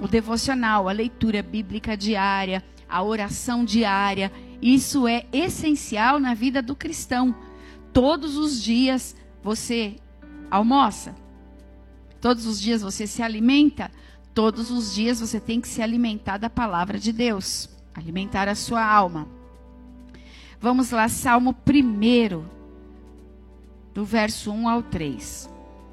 o devocional, a leitura bíblica diária, a oração diária, isso é essencial na vida do cristão. Todos os dias você almoça, todos os dias você se alimenta, todos os dias você tem que se alimentar da palavra de Deus, alimentar a sua alma. Vamos lá, Salmo 1, do verso 1 ao 3.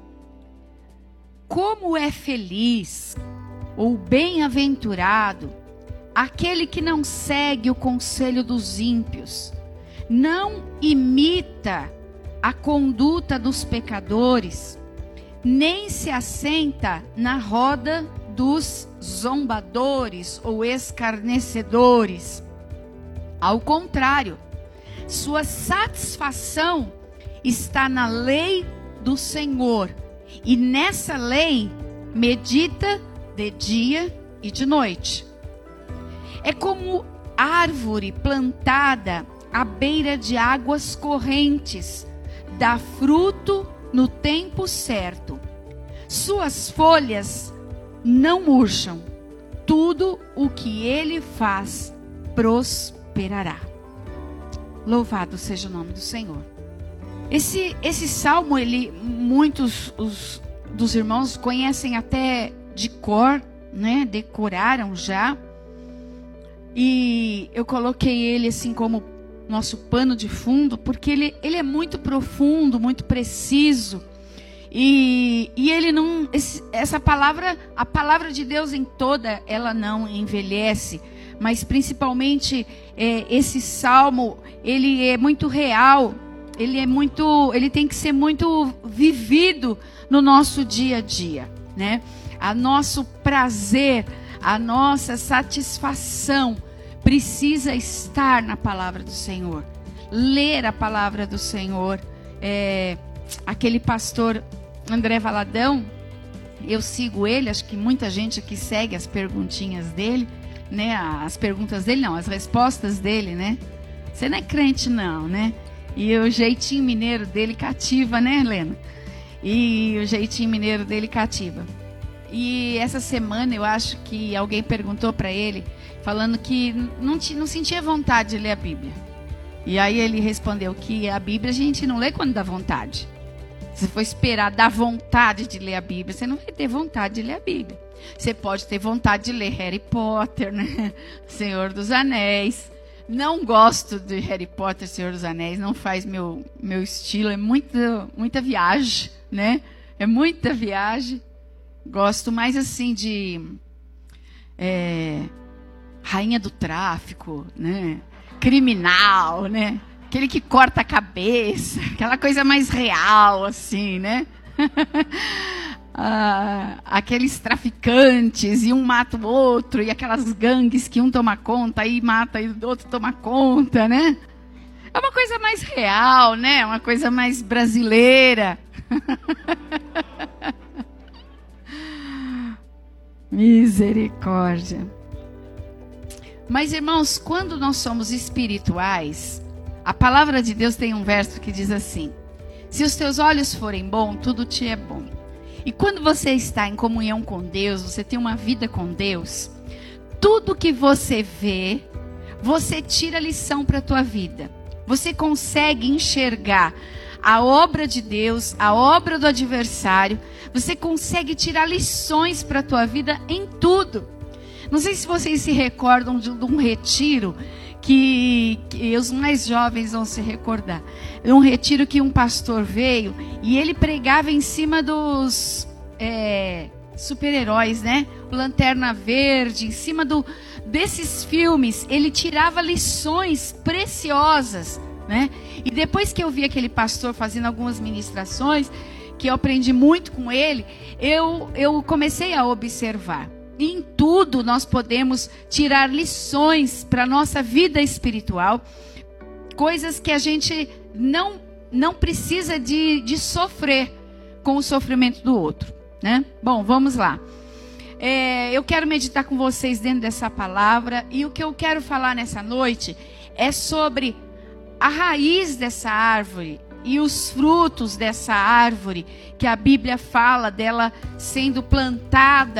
Como é feliz ou bem-aventurado aquele que não segue o conselho dos ímpios, não imita a conduta dos pecadores, nem se assenta na roda dos zombadores ou escarnecedores. Ao contrário, sua satisfação está na lei do Senhor, e nessa lei medita de dia e de noite. É como árvore plantada à beira de águas correntes, dá fruto no tempo certo. Suas folhas não murcham. Tudo o que ele faz prosperará. Louvado seja o nome do Senhor. Esse salmo, muitos dos irmãos conhecem até de cor, né? Decoraram já. E eu coloquei ele assim como nosso pano de fundo, porque ele é muito profundo, muito preciso. E ele não, essa palavra, a palavra de Deus em toda, ela não envelhece. Mas principalmente esse salmo, ele é muito real. Ele tem que ser muito vivido no nosso dia a dia, né? A nosso prazer, a nossa satisfação precisa estar na palavra do Senhor. Ler a palavra do Senhor. Aquele pastor André Valadão, eu sigo ele, acho que muita gente aqui segue as perguntinhas dele, né? As perguntas dele não, as respostas dele, né? Você não é crente não, né? E o jeitinho mineiro dele cativa, né, Helena? E o jeitinho mineiro dele cativa. E essa semana eu acho que alguém perguntou para ele, falando que não sentia vontade de ler a Bíblia. E aí ele respondeu que a Bíblia a gente não lê quando dá vontade. Se for esperar dar vontade de ler a Bíblia, você não vai ter vontade de ler a Bíblia. Você pode ter vontade de ler Harry Potter, né? Senhor dos Anéis. Não gosto de Harry Potter, Senhor dos Anéis, não faz meu estilo, é muita viagem, né? É muita viagem. Gosto mais assim de rainha do tráfico, né? Criminal, né? Aquele que corta a cabeça, aquela coisa mais real, assim, né? Aqueles traficantes, e um mata o outro, e aquelas gangues que um toma conta, aí mata e o outro toma conta, né? É uma coisa mais real, né? Uma coisa mais brasileira. Misericórdia. Mas, irmãos, quando nós somos espirituais, a palavra de Deus tem um verso que diz assim: se os teus olhos forem bons, tudo te é bom. E quando você está em comunhão com Deus, você tem uma vida com Deus, tudo que você vê, você tira lição para a tua vida. Você consegue enxergar a obra de Deus, a obra do adversário. Você consegue tirar lições para a tua vida em tudo. Não sei se vocês se recordam de um retiro que os mais jovens vão se recordar. Um retiro que um pastor veio e ele pregava em cima dos super-heróis, né? O Lanterna Verde, em cima desses filmes. Ele tirava lições preciosas, né? E depois que eu vi aquele pastor fazendo algumas ministrações, que eu aprendi muito com ele, eu comecei a observar. Em tudo nós podemos tirar lições para a nossa vida espiritual, coisas que a gente não precisa de sofrer com o sofrimento do outro, né? Bom, vamos lá. Eu quero meditar com vocês dentro dessa palavra, e o que eu quero falar nessa noite é sobre a raiz dessa árvore e os frutos dessa árvore, que a Bíblia fala dela sendo plantada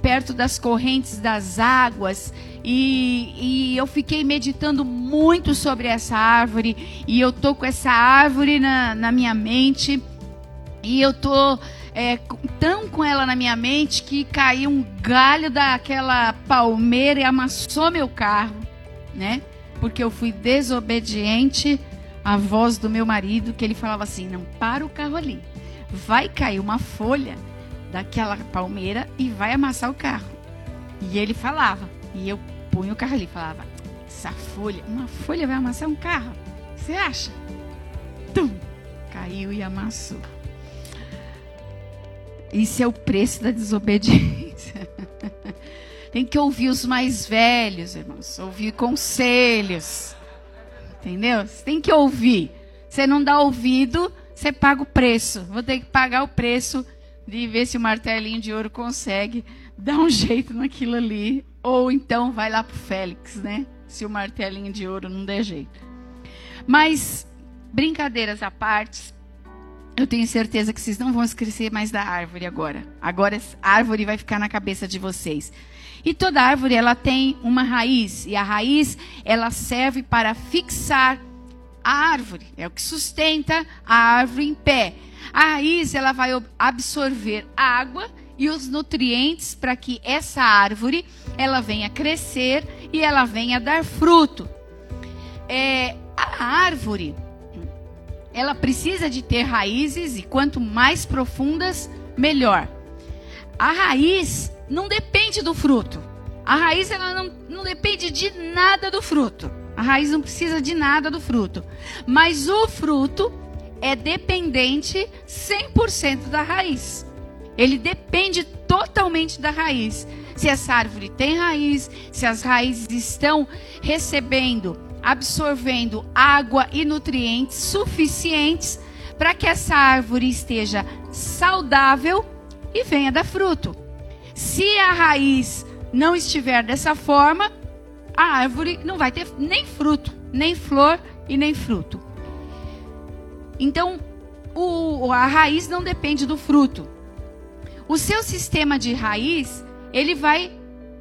perto das correntes das águas, e eu fiquei meditando muito sobre essa árvore, e eu tô com essa árvore na minha mente, e eu tô tão com ela na minha mente que caiu um galho daquela palmeira e amassou meu carro, né? Porque eu fui desobediente à voz do meu marido, que ele falava assim: não, para o carro ali, vai cair uma folha daquela palmeira e vai amassar o carro. E ele falava, e eu punho o carro ali, falava: uma folha vai amassar um carro? Você acha? Tum! Caiu e amassou. Isso é o preço da desobediência. Tem que ouvir os mais velhos, irmãos. Ouvir conselhos. Entendeu? Você tem que ouvir. Você não dá ouvido, você paga o preço. Vou ter que pagar o preço de ver se o martelinho de ouro consegue dar um jeito naquilo ali. Ou então vai lá pro Félix, né? Se o martelinho de ouro não der jeito. Mas, brincadeiras à parte, eu tenho certeza que vocês não vão esquecer mais da árvore agora. Agora a árvore vai ficar na cabeça de vocês. E toda árvore, ela tem uma raiz. E a raiz, ela serve para fixar a árvore. É o que sustenta a árvore em pé. A raiz, ela vai absorver água e os nutrientes para que essa árvore, ela venha crescer e ela venha dar fruto. A árvore, ela precisa de ter raízes, e quanto mais profundas, melhor. A raiz não depende do fruto. A raiz, ela não depende de nada do fruto. A raiz não precisa de nada do fruto. Mas o fruto é dependente 100% da raiz. Ele depende totalmente da raiz. Se essa árvore tem raiz, se as raízes estão recebendo, absorvendo água e nutrientes suficientes para que essa árvore esteja saudável e venha dar fruto. Se a raiz não estiver dessa forma, a árvore não vai ter nem fruto, nem flor e nem fruto. Então, a raiz não depende do fruto. O seu sistema de raiz, ele vai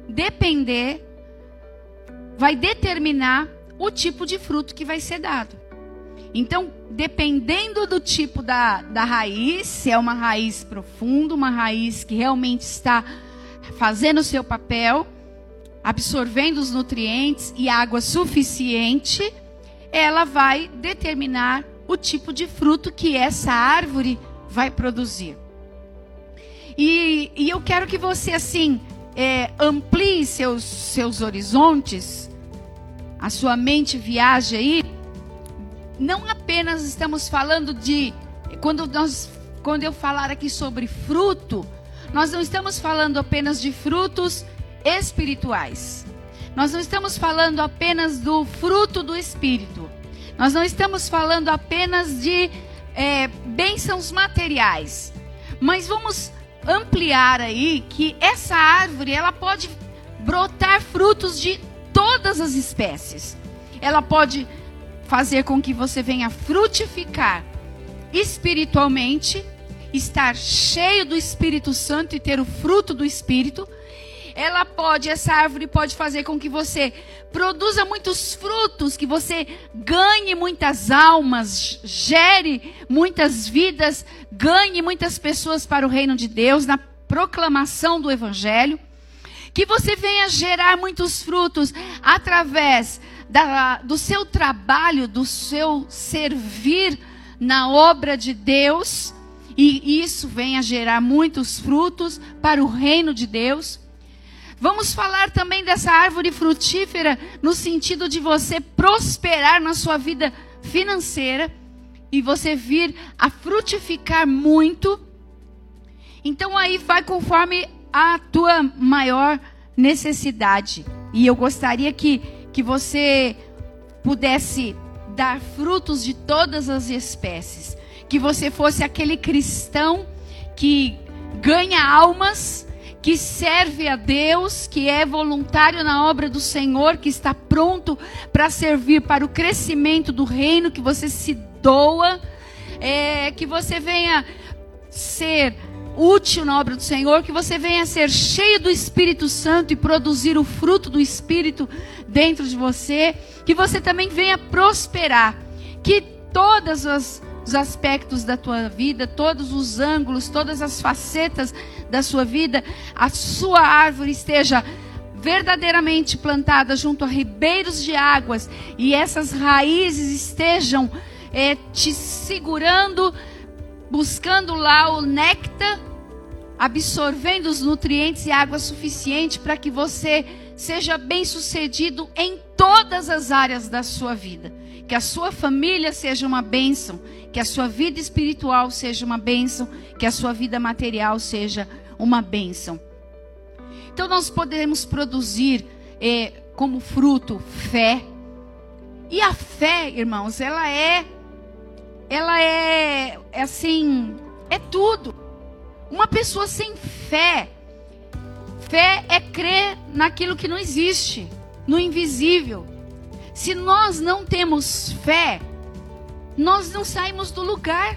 determinar o tipo de fruto que vai ser dado. Então, dependendo do tipo da raiz, se é uma raiz profunda, uma raiz que realmente está fazendo o seu papel, absorvendo os nutrientes e água suficiente, ela vai determinar o tipo de fruto que essa árvore vai produzir. E eu quero que você, assim, amplie seus horizontes, a sua mente viaje aí. Não apenas estamos falando de... Quando eu falar aqui sobre fruto, nós não estamos falando apenas de frutos espirituais. Nós não estamos falando apenas do fruto do Espírito. Nós não estamos falando apenas de bênçãos materiais. Mas vamos ampliar aí que essa árvore, ela pode brotar frutos de todas as espécies. Ela pode fazer com que você venha frutificar espiritualmente, estar cheio do Espírito Santo e ter o fruto do Espírito. Essa árvore pode fazer com que você produza muitos frutos, que você ganhe muitas almas, gere muitas vidas, ganhe muitas pessoas para o reino de Deus, na proclamação do Evangelho. Que você venha gerar muitos frutos através do seu trabalho, do seu servir na obra de Deus. E isso venha gerar muitos frutos para o reino de Deus. Vamos falar também dessa árvore frutífera no sentido de você prosperar na sua vida financeira e você vir a frutificar muito. Então aí vai conforme a tua maior necessidade. E eu gostaria que você pudesse dar frutos de todas as espécies. Que você fosse aquele cristão que ganha almas, que serve a Deus, que é voluntário na obra do Senhor, que está pronto para servir para o crescimento do reino, que você se doa, que você venha ser útil na obra do Senhor, que você venha ser cheio do Espírito Santo e produzir o fruto do Espírito dentro de você, que você também venha prosperar, que todos os aspectos da tua vida, todos os ângulos, todas as facetas da sua vida, a sua árvore esteja verdadeiramente plantada junto a ribeiros de águas, e essas raízes estejam te segurando, buscando lá o néctar, absorvendo os nutrientes e água suficiente para que você seja bem-sucedido em todas as áreas da sua vida. Que a sua família seja uma bênção, que a sua vida espiritual seja uma bênção, que a sua vida material seja uma bênção. Então nós podemos produzir como fruto fé. E a fé, irmãos, ela é assim, é tudo. Uma pessoa sem fé é crer naquilo que não existe, no invisível. Se nós não temos fé, nós não saímos do lugar.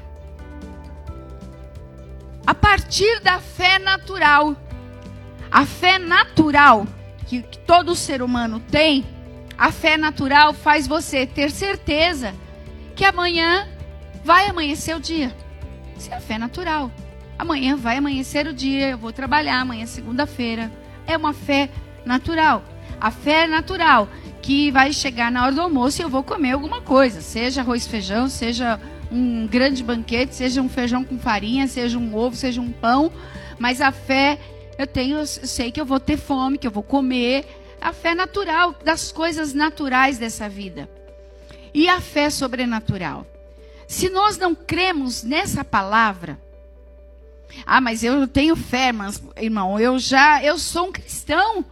A partir da fé natural, a fé natural que todo ser humano tem, a fé natural faz você ter certeza que amanhã vai amanhecer o dia. Isso é a fé natural. Amanhã vai amanhecer o dia, eu vou trabalhar, amanhã é segunda-feira. É uma fé natural. A fé natural que vai chegar na hora do almoço e eu vou comer alguma coisa. Seja arroz e feijão, seja um grande banquete, seja um feijão com farinha, seja um ovo, seja um pão. Mas a fé, eu sei que eu vou ter fome, que eu vou comer. A fé natural, das coisas naturais dessa vida. E a fé sobrenatural. Se nós não cremos nessa palavra... Ah, mas eu tenho fé, mas, irmão, eu sou um cristão.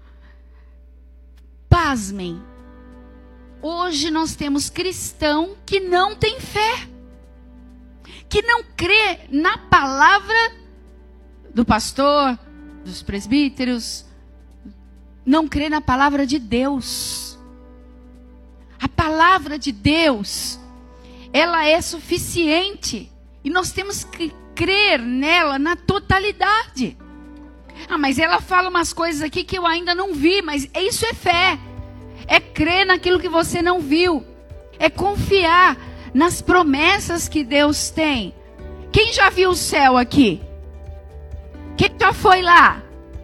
Pasmem. Hoje nós temos cristão que não tem fé. Que não crê na palavra do pastor, dos presbíteros. Não crê na palavra de Deus. A palavra de Deus, ela é suficiente. E nós temos que crer nela na totalidade. Ah, mas ela fala umas coisas aqui que eu ainda não vi, mas isso é fé. É crer naquilo que você não viu. É confiar nas promessas que Deus tem. Quem já viu o céu aqui? Quem já foi lá?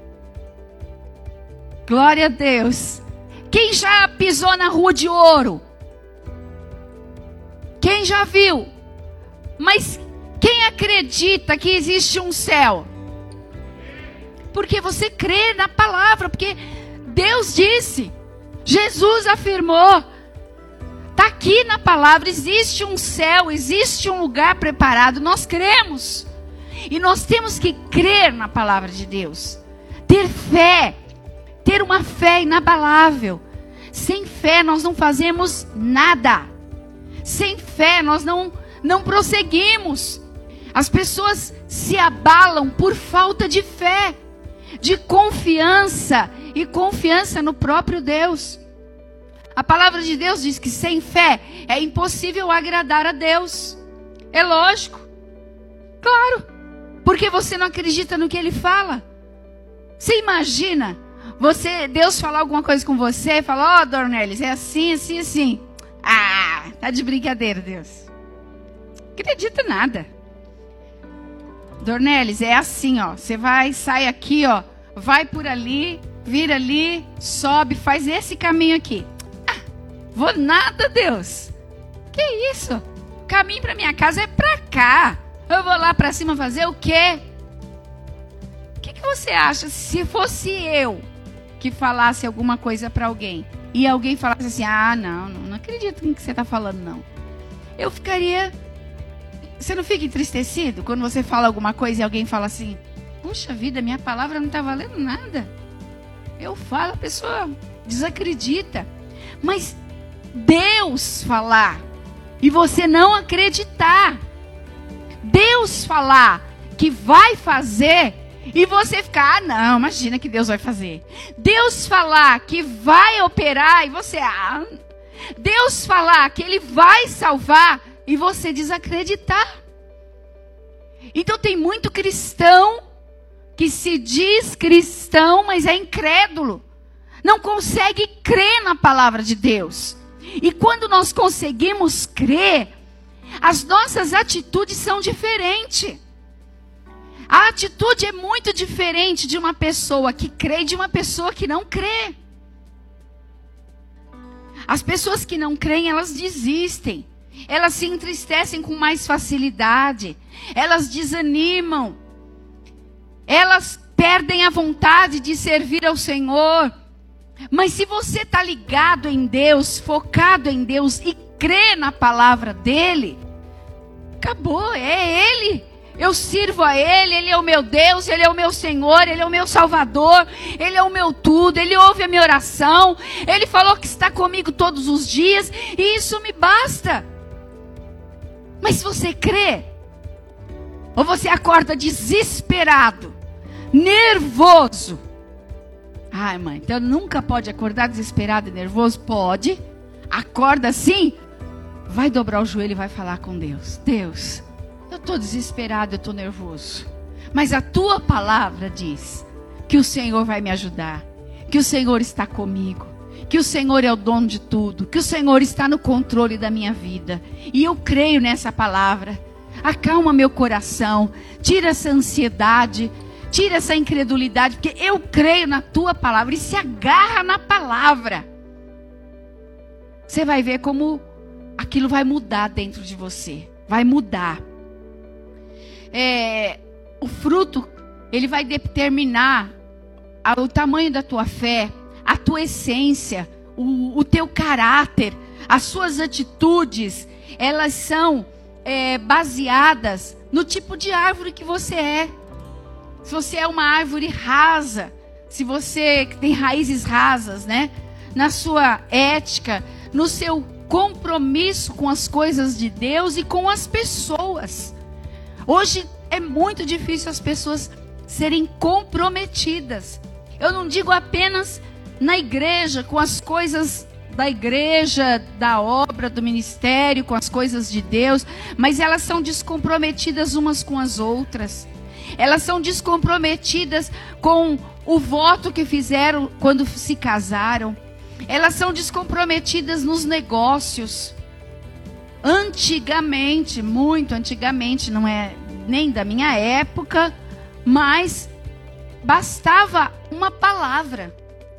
Glória a Deus. Quem já pisou na Rua de Ouro? Quem já viu? Mas quem acredita que existe um céu? Porque você crê na palavra, porque Deus disse, Jesus afirmou, está aqui na palavra, existe um céu, existe um lugar preparado, nós cremos. E nós temos que crer na palavra de Deus, ter fé, ter uma fé inabalável. Sem fé nós não fazemos nada, sem fé nós não prosseguimos. As pessoas se abalam por falta de fé, de confiança e confiança no próprio Deus. A palavra de Deus diz que sem fé é impossível agradar a Deus. É lógico, claro, porque você não acredita no que Ele fala. Você imagina, Deus falar alguma coisa com você, falar, ó, Dornelis, é assim, assim, assim. Ah, tá de brincadeira, Deus. Não acredita nada. Dornelis, é assim, ó. Você sai aqui, ó. Vai por ali, vira ali, sobe, faz esse caminho aqui. Ah, vou nada, Deus. Que isso? O caminho para minha casa é para cá. Eu vou lá para cima fazer o quê? O que você acha se fosse eu que falasse alguma coisa para alguém e alguém falasse assim, ah, não acredito no que você está falando, não. Eu ficaria... Você não fica entristecido quando você fala alguma coisa e alguém fala assim, puxa vida, minha palavra não está valendo nada. Eu falo, a pessoa desacredita. Mas Deus falar e você não acreditar, Deus falar que vai fazer e você ficar, não, imagina que Deus vai fazer. Deus falar que vai operar e você, Deus falar que Ele vai salvar e você desacreditar. Então tem muito cristão que se diz cristão, mas é incrédulo. Não consegue crer na palavra de Deus. E quando nós conseguimos crer, as nossas atitudes são diferentes. A atitude é muito diferente de uma pessoa que crê e de uma pessoa que não crê. As pessoas que não creem, elas desistem. Elas se entristecem com mais facilidade. Elas desanimam. Elas perdem a vontade de servir ao Senhor. Mas se você está ligado em Deus, focado em Deus e crê na palavra dEle, acabou, é Ele. Eu sirvo a Ele, Ele é o meu Deus, Ele é o meu Senhor, Ele é o meu Salvador, Ele é o meu tudo, Ele ouve a minha oração, Ele falou que está comigo todos os dias e isso me basta. Mas se você crê, ou você acorda desesperado, nervoso. Ai, mãe, então nunca pode acordar desesperado e nervoso? Pode. Acorda assim, vai dobrar o joelho e vai falar com Deus. Deus, eu estou desesperado, eu estou nervoso. Mas a tua palavra diz que o Senhor vai me ajudar. Que o Senhor está comigo. Que o Senhor é o dono de tudo. Que o Senhor está no controle da minha vida. E eu creio nessa palavra. Acalma meu coração. Tira essa ansiedade. Tira essa incredulidade. Porque eu creio na tua palavra. E se agarra na palavra. Você vai ver como aquilo vai mudar dentro de você. Vai mudar. O fruto, ele vai determinar o tamanho da tua fé, a tua essência, o teu caráter, as suas atitudes. Elas são baseadas no tipo de árvore que você é. Se você é uma árvore rasa, se você tem raízes rasas, né? Na sua ética, no seu compromisso com as coisas de Deus e com as pessoas. Hoje é muito difícil as pessoas serem comprometidas. Eu não digo apenas na igreja, com as coisas da igreja, da obra, do ministério, com as coisas de Deus, mas elas são descomprometidas umas com as outras. Elas são descomprometidas com o voto que fizeram quando se casaram. Elas são descomprometidas nos negócios. Antigamente, muito antigamente, não é nem da minha época, mas bastava uma palavra.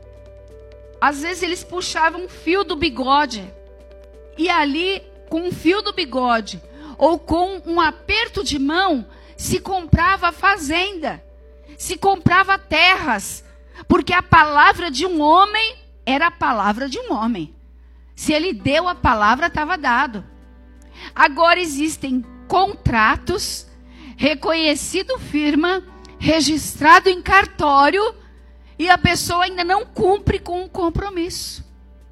Às vezes eles puxavam um fio do bigode. E ali, com um fio do bigode, ou com um aperto de mão, se comprava fazenda, se comprava terras, porque a palavra de um homem era a palavra de um homem. Se ele deu a palavra, estava dado. Agora existem contratos, reconhecido firma, registrado em cartório, e a pessoa ainda não cumpre com o compromisso.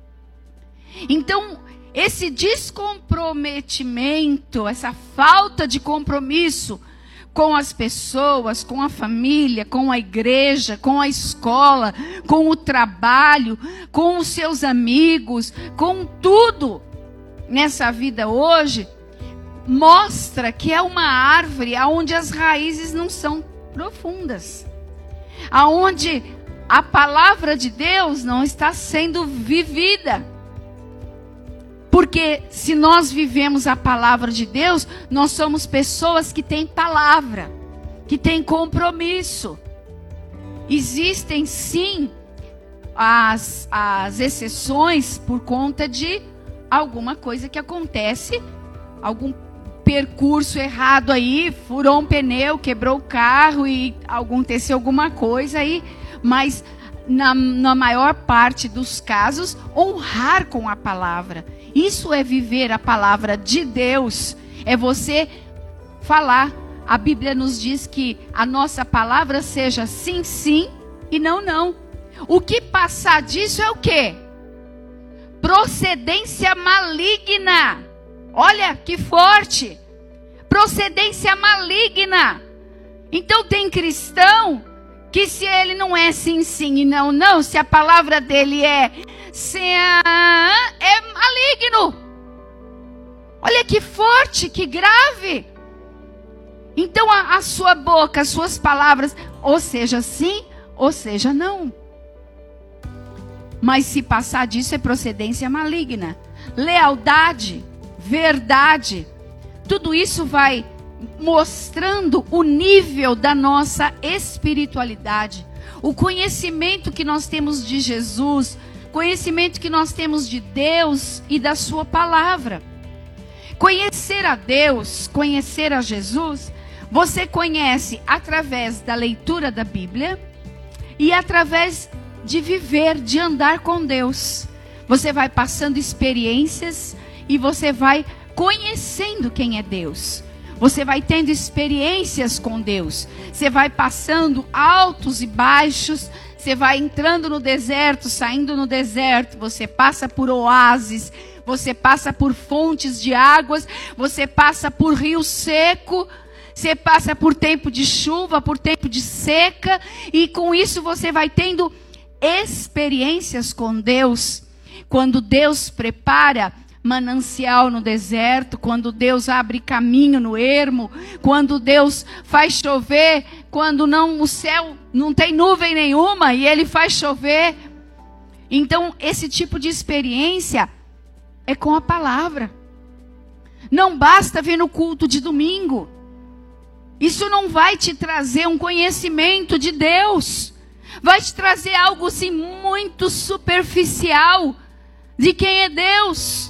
Então, esse descomprometimento, essa falta de compromisso com as pessoas, com a família, com a igreja, com a escola, com o trabalho, com os seus amigos, com tudo nessa vida hoje, mostra que é uma árvore onde as raízes não são profundas, aonde a palavra de Deus não está sendo vivida. Porque se nós vivemos a palavra de Deus, nós somos pessoas que têm palavra, que têm compromisso. Existem sim as exceções por conta de alguma coisa que acontece, algum percurso errado aí, furou um pneu, quebrou o carro e aconteceu alguma coisa aí, mas na maior parte dos casos, honrar com a palavra. Isso é viver a palavra de Deus, é você falar. A Bíblia nos diz que a nossa palavra seja sim, sim e não, não. O que passar disso é o quê? Procedência maligna. Olha que forte. Procedência maligna. Então tem cristão que se ele não é sim, sim e não, não, se a palavra dele é maligno. Olha que forte, que grave. Então a sua boca, as suas palavras, ou seja sim, ou seja não. Mas se passar disso é procedência maligna. Lealdade, verdade, tudo isso vai mostrando o nível da nossa espiritualidade. O conhecimento que nós temos de Jesus, conhecimento que nós temos de Deus e da sua palavra. Conhecer a Deus, conhecer a Jesus, você conhece através da leitura da Bíblia e através de viver, de andar com Deus. Você vai passando experiências e você vai conhecendo quem é Deus. Você vai tendo experiências com Deus. Você vai passando altos e baixos. Você vai entrando no deserto, saindo no deserto. Você passa por oásis. Você passa por fontes de águas. Você passa por rio seco. Você passa por tempo de chuva, por tempo de seca. E com isso você vai tendo experiências com Deus. Quando Deus prepara manancial no deserto, quando Deus abre caminho no ermo, quando Deus faz chover, quando o céu não tem nuvem nenhuma e Ele faz chover. Então, esse tipo de experiência é com a palavra. Não basta vir no culto de domingo. Isso não vai te trazer um conhecimento de Deus. Vai te trazer algo assim muito superficial de quem é Deus.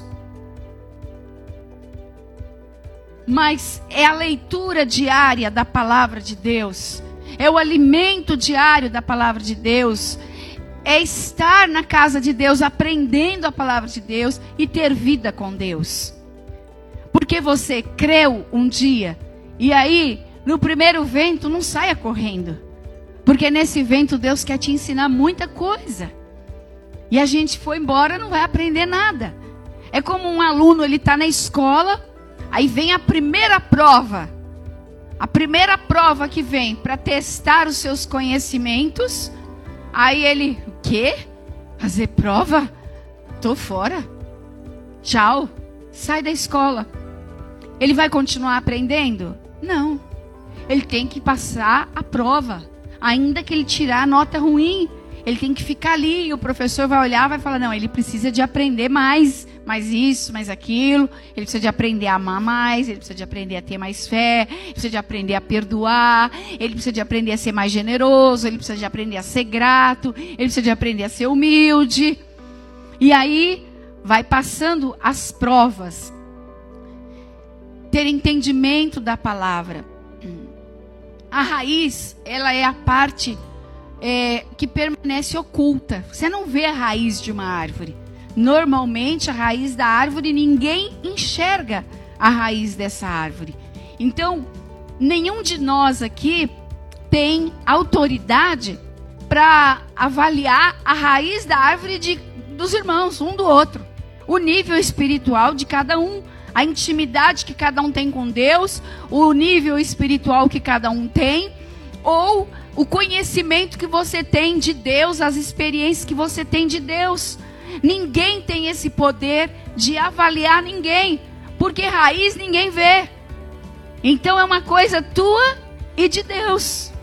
Mas é a leitura diária da palavra de Deus. É o alimento diário da palavra de Deus. É estar na casa de Deus, aprendendo a palavra de Deus e ter vida com Deus. Porque você creu um dia e aí, no primeiro vento, não saia correndo. Porque nesse vento Deus quer te ensinar muita coisa. E a gente foi embora, não vai aprender nada. É como um aluno, ele está na escola, aí vem a primeira prova. A primeira prova que vem para testar os seus conhecimentos. Aí ele, o quê? Fazer prova? Tô fora. Tchau. Sai da escola. Ele vai continuar aprendendo? Não. Ele tem que passar a prova. Ainda que ele tirar a nota ruim, ele tem que ficar ali. E o professor vai olhar e vai falar, não, ele precisa de aprender mais isso, mais aquilo. Ele precisa de aprender a amar mais, ele precisa de aprender a ter mais fé, ele precisa de aprender a perdoar, ele precisa de aprender a ser mais generoso, ele precisa de aprender a ser grato, ele precisa de aprender a ser humilde. E aí vai passando as provas. Ter entendimento da palavra. A raiz, ela é a parte que permanece oculta. Você não vê a raiz de uma árvore. Normalmente, a raiz da árvore, ninguém enxerga a raiz dessa árvore. Então, nenhum de nós aqui tem autoridade para avaliar a raiz da árvore dos irmãos, um do outro. O nível espiritual de cada um. A intimidade que cada um tem com Deus, o nível espiritual que cada um tem, ou o conhecimento que você tem de Deus, as experiências que você tem de Deus. Ninguém tem esse poder de avaliar ninguém, porque raiz ninguém vê. Então é uma coisa tua e de Deus.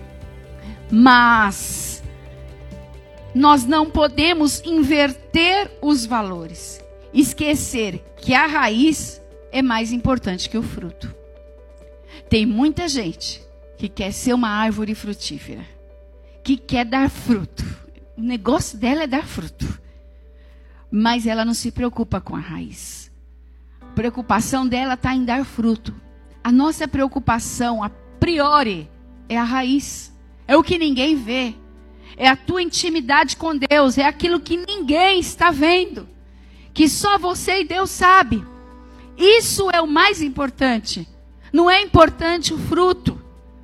Mas nós não podemos inverter os valores. Esquecer que a raiz é mais importante que o fruto. Tem muita gente que quer ser uma árvore frutífera, que quer dar fruto. O negócio dela é dar fruto. Mas ela não se preocupa com a raiz. A preocupação dela está em dar fruto. A nossa preocupação, a priori, é a raiz. É o que ninguém vê. É a tua intimidade com Deus. É aquilo que ninguém está vendo. Que só você e Deus sabe. Isso é o mais importante. Não é importante o fruto.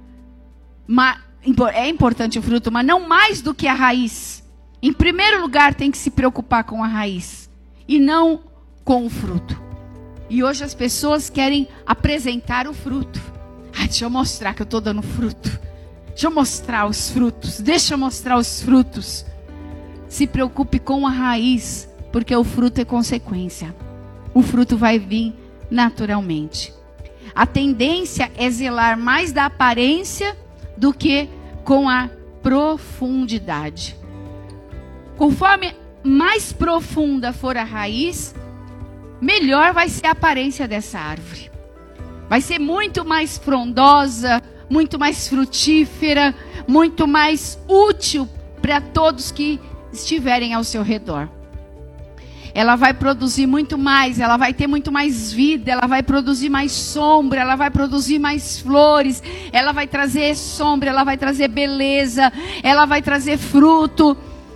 É importante o fruto, mas não mais do que a raiz. Em primeiro lugar, tem que se preocupar com a raiz. E não com o fruto. E hoje as pessoas querem apresentar o fruto. Deixa eu mostrar que eu estou dando fruto. Deixa eu mostrar os frutos. Deixa eu mostrar os frutos. Se preocupe com a raiz. Porque o fruto é consequência. O fruto vai vir naturalmente. a tendência é zelar mais da aparência do que com a profundidade. Conforme mais profunda for a raiz, melhor vai ser a aparência dessa árvore. Vai ser muito mais frondosa, muito mais frutífera, muito mais útil para todos que estiverem ao seu redor. Ela vai produzir muito mais, ela vai ter muito mais vida, ela vai produzir mais sombra, ela vai produzir mais flores, ela vai trazer sombra, ela vai trazer beleza, ela vai trazer fruto.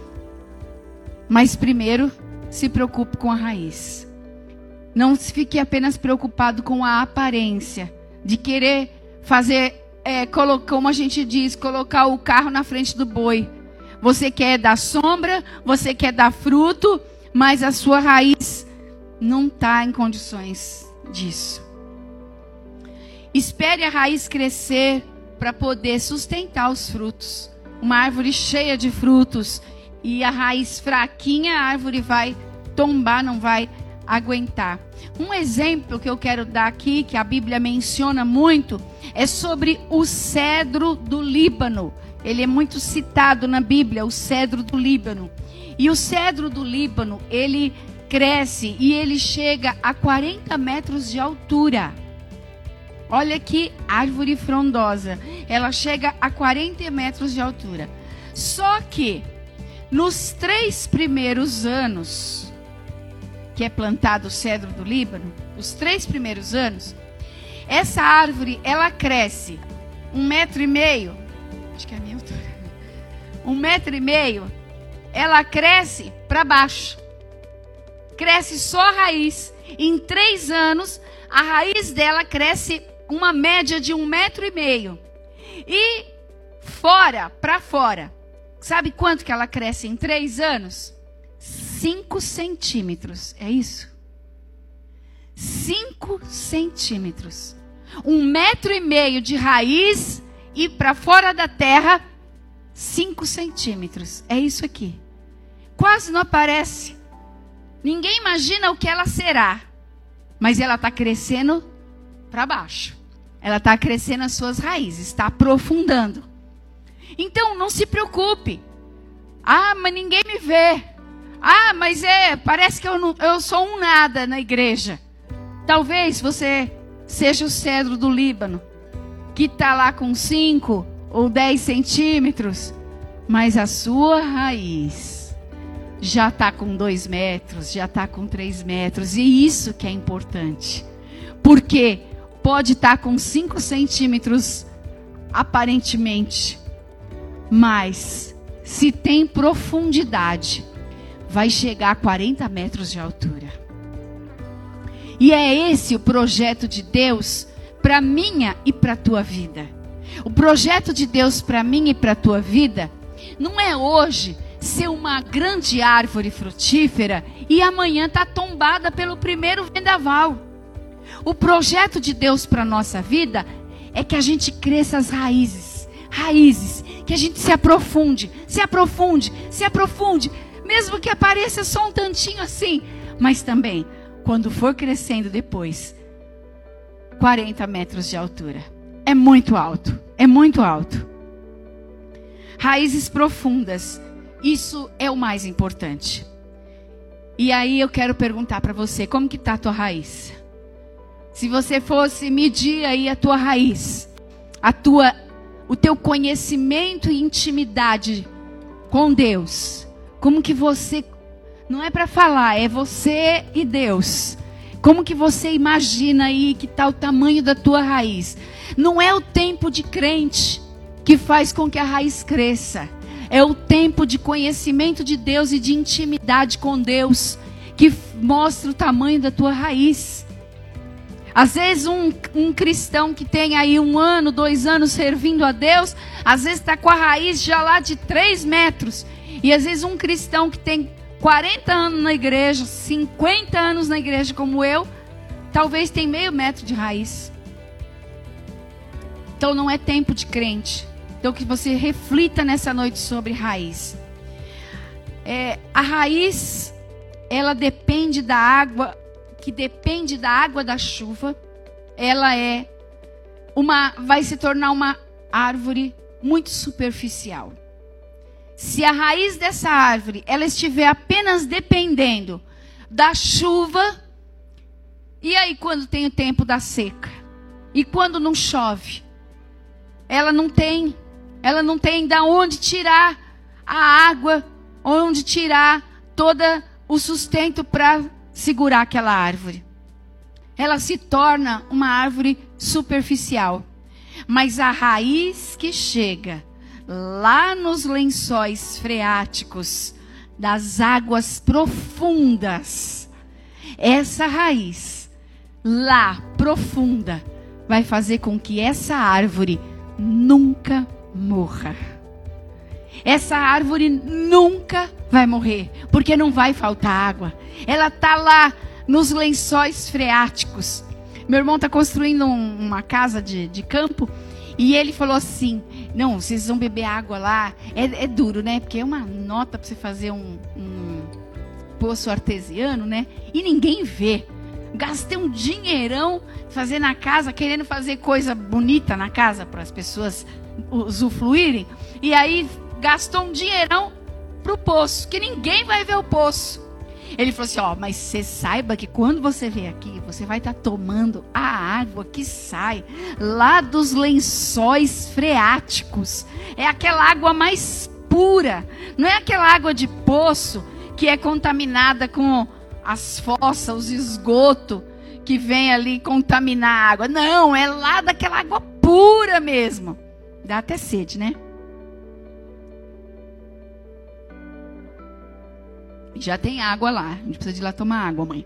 Mas primeiro, se preocupe com a raiz. Não fique apenas preocupado com a aparência, de querer fazer, como a gente diz, colocar o carro na frente do boi. Você quer dar sombra, você quer dar fruto, mas a sua raiz não está em condições disso. Espere a raiz crescer para poder sustentar os frutos. Uma árvore cheia de frutos e a raiz fraquinha, a árvore vai tombar, não vai aguentar. Um exemplo que eu quero dar aqui, que a Bíblia menciona muito, é sobre o cedro do Líbano. Ele é muito citado na Bíblia, o cedro do Líbano. E o cedro do Líbano, ele cresce e ele chega a 40 metros de altura. Olha que árvore frondosa. Ela chega a 40 metros de altura. Só que, nos 3 primeiros anos que é plantado o cedro do Líbano, os 3 primeiros anos, essa árvore, ela cresce 1,5 metro, acho que é a minha altura, 1,5 metro, ela cresce para baixo, cresce só a raiz. Em 3 anos, a raiz dela cresce uma média de 1,5 metro. E para fora, sabe quanto que ela cresce em 3 anos? 5 centímetros, é isso? 5 centímetros. 1,5 metro de raiz e para fora da terra, 5 centímetros. É isso aqui. Quase não aparece. Ninguém imagina o que ela será. Mas ela está crescendo para baixo. Ela está crescendo as suas raízes, está aprofundando. Então, não se preocupe. Ah, mas ninguém me vê. Ah, mas parece que eu sou um nada na igreja. Talvez você seja o cedro do Líbano, que está lá com 5 ou 10 centímetros, mas a sua raiz já está com 2 metros, já está com 3 metros, e isso que é importante, porque pode estar com 5 centímetros aparentemente, mas se tem profundidade, vai chegar a 40 metros de altura. E é esse o projeto de Deus para minha e para a tua vida. O projeto de Deus para mim e para a tua vida não é hoje ser uma grande árvore frutífera e amanhã tá tombada pelo primeiro vendaval. O projeto de Deus para a nossa vida é que a gente cresça as raízes, que a gente se aprofunde, mesmo que apareça só um tantinho assim, mas também, quando for crescendo depois, 40 metros de altura. É muito alto, é muito alto. Raízes profundas, isso é o mais importante. E aí eu quero perguntar para você, como que está a tua raiz? Se você fosse medir aí a tua raiz, o teu conhecimento e intimidade com Deus, como que você, não é para falar, é você e Deus. Como que você imagina aí que está o tamanho da tua raiz? Não é o tempo de crente que faz com que a raiz cresça. É o tempo de conhecimento de Deus e de intimidade com Deus que mostra o tamanho da tua raiz. Às vezes um cristão que tem aí 1 ano, 2 anos servindo a Deus, às vezes está com a raiz já lá de 3 metros. E às vezes um cristão que tem 40 anos na igreja, 50 anos na igreja como eu, talvez tem meio metro de raiz. Então não é tempo de crente. Então que você reflita nessa noite sobre raiz. A raiz, ela depende da água, que depende da água da chuva. Ela é vai se tornar uma árvore muito superficial. Se a raiz dessa árvore ela estiver apenas dependendo da chuva, e aí quando tem o tempo da seca, e quando não chove, ela não tem da onde tirar a água, onde tirar todo o sustento para segurar aquela árvore. Ela se torna uma árvore superficial. Mas a raiz que chega lá nos lençóis freáticos das águas profundas, essa raiz lá profunda vai fazer com que essa árvore nunca morra. Essa árvore nunca vai morrer, porque não vai faltar água. Ela está lá nos lençóis freáticos. Meu irmão está construindo uma casa de campo, e ele falou assim, não, vocês vão beber água lá, é duro, né? Porque é uma nota para você fazer um poço artesiano, né? E ninguém vê. Gastei um dinheirão fazendo a casa, querendo fazer coisa bonita na casa para as pessoas usufruírem. E aí gastou um dinheirão pro poço, que ninguém vai ver o poço. Ele falou assim, mas você saiba que quando você vier aqui, você vai estar tomando a água que sai lá dos lençóis freáticos. É aquela água mais pura. Não é aquela água de poço que é contaminada com as fossas, os esgotos que vem ali contaminar a água. Não, é lá daquela água pura mesmo. Dá até sede, né? Já tem água lá. A gente precisa de ir lá tomar água, mãe.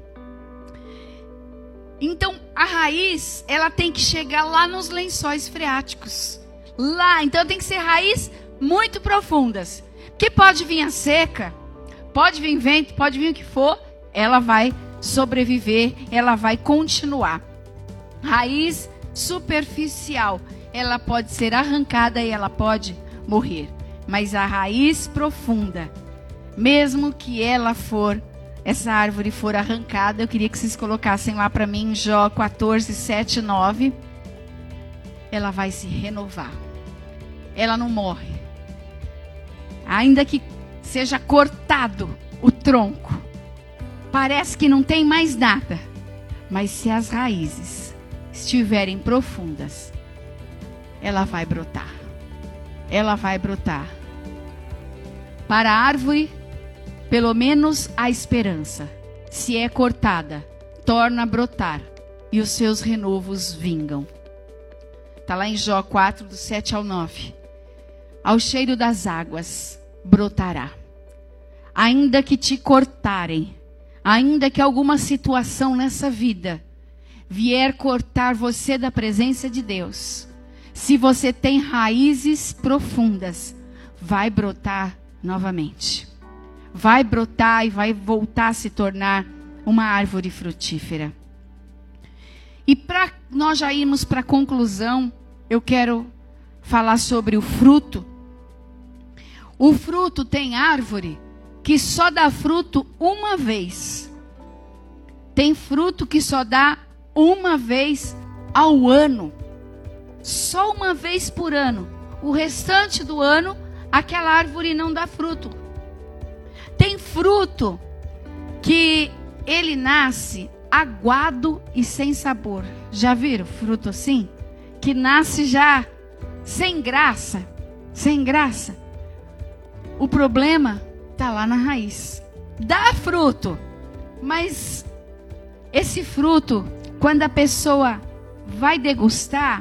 Então, a raiz, ela tem que chegar lá nos lençóis freáticos. Lá. Então, tem que ser raiz muito profundas. Que pode vir a seca, pode vir vento, pode vir o que for, ela vai sobreviver, ela vai continuar. Raiz superficial, ela pode ser arrancada e ela pode morrer. Mas a raiz profunda, mesmo que essa árvore for arrancada, eu queria que vocês colocassem lá para mim, Jó 14, 7, 9. Ela vai se renovar. Ela não morre. Ainda que seja cortado o tronco, parece que não tem mais nada. Mas se as raízes estiverem profundas, ela vai brotar. Ela vai brotar. Para a árvore, pelo menos a esperança, se é cortada, torna a brotar e os seus renovos vingam. Está lá em Jó 4, do 7 ao 9. Ao cheiro das águas brotará. Ainda que te cortarem, ainda que alguma situação nessa vida vier cortar você da presença de Deus, se você tem raízes profundas, vai brotar novamente. Vai brotar e vai voltar a se tornar uma árvore frutífera. E para nós já irmos para a conclusão, eu quero falar sobre o fruto. O fruto tem árvore que só dá fruto uma vez. Tem fruto que só dá uma vez ao ano. Só uma vez por ano. O restante do ano, aquela árvore não dá fruto. Tem fruto que ele nasce aguado e sem sabor. Já viram fruto assim? Que nasce já sem graça. Sem graça. O problema está lá na raiz. Dá fruto, mas esse fruto, quando a pessoa vai degustar,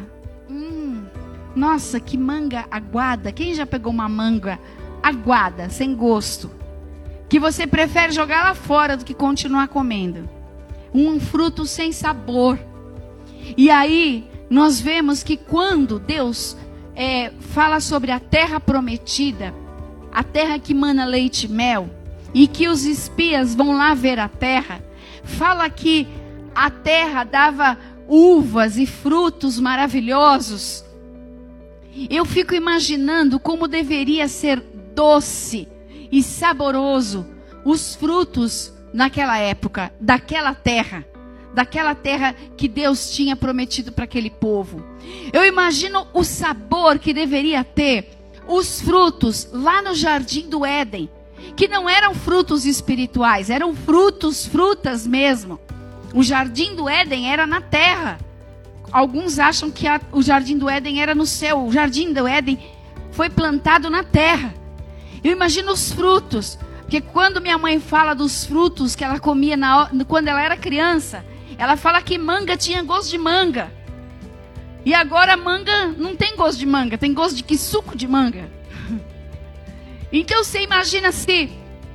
nossa, que manga aguada. Quem já pegou uma manga aguada, sem gosto, que você prefere jogar lá fora do que continuar comendo? Um fruto sem sabor. E aí, nós vemos que quando Deus fala sobre a terra prometida, a terra que mana leite e mel, e que os espias vão lá ver a terra, fala que a terra dava uvas e frutos maravilhosos. Eu fico imaginando como deveria ser doce e saboroso os frutos naquela época, daquela terra, daquela terra que Deus tinha prometido para aquele povo. Eu imagino o sabor que deveria ter os frutos lá no jardim do Éden, que não eram frutos espirituais, eram frutas mesmo. O jardim do Éden era na terra. Alguns acham que o jardim do Éden era no céu. O jardim do Éden foi plantado na terra. Eu imagino os frutos, porque quando minha mãe fala dos frutos que ela comia quando ela era criança, ela fala que manga tinha gosto de manga. E agora manga não tem gosto de manga, tem gosto de suco de manga. Então você imagina se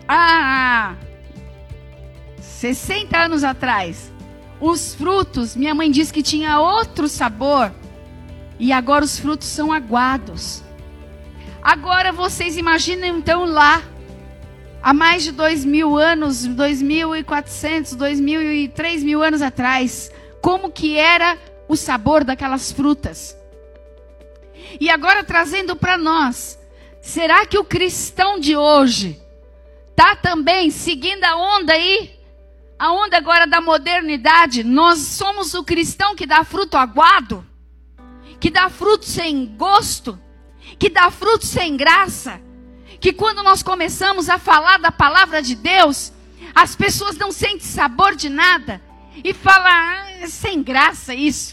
60 anos atrás, os frutos, minha mãe disse que tinha outro sabor, e agora os frutos são aguados. Agora vocês imaginam então lá, há mais de 2.000 anos, 2.400, 2.000 e 3.000 anos atrás, como que era o sabor daquelas frutas. E agora trazendo para nós, será que o cristão de hoje está também seguindo a onda aí? A onda agora da modernidade? Nós somos o cristão que dá fruto aguado? Que dá fruto sem gosto? Que dá fruto sem graça? Que quando nós começamos a falar da palavra de Deus, as pessoas não sentem sabor de nada e falam, é sem graça isso.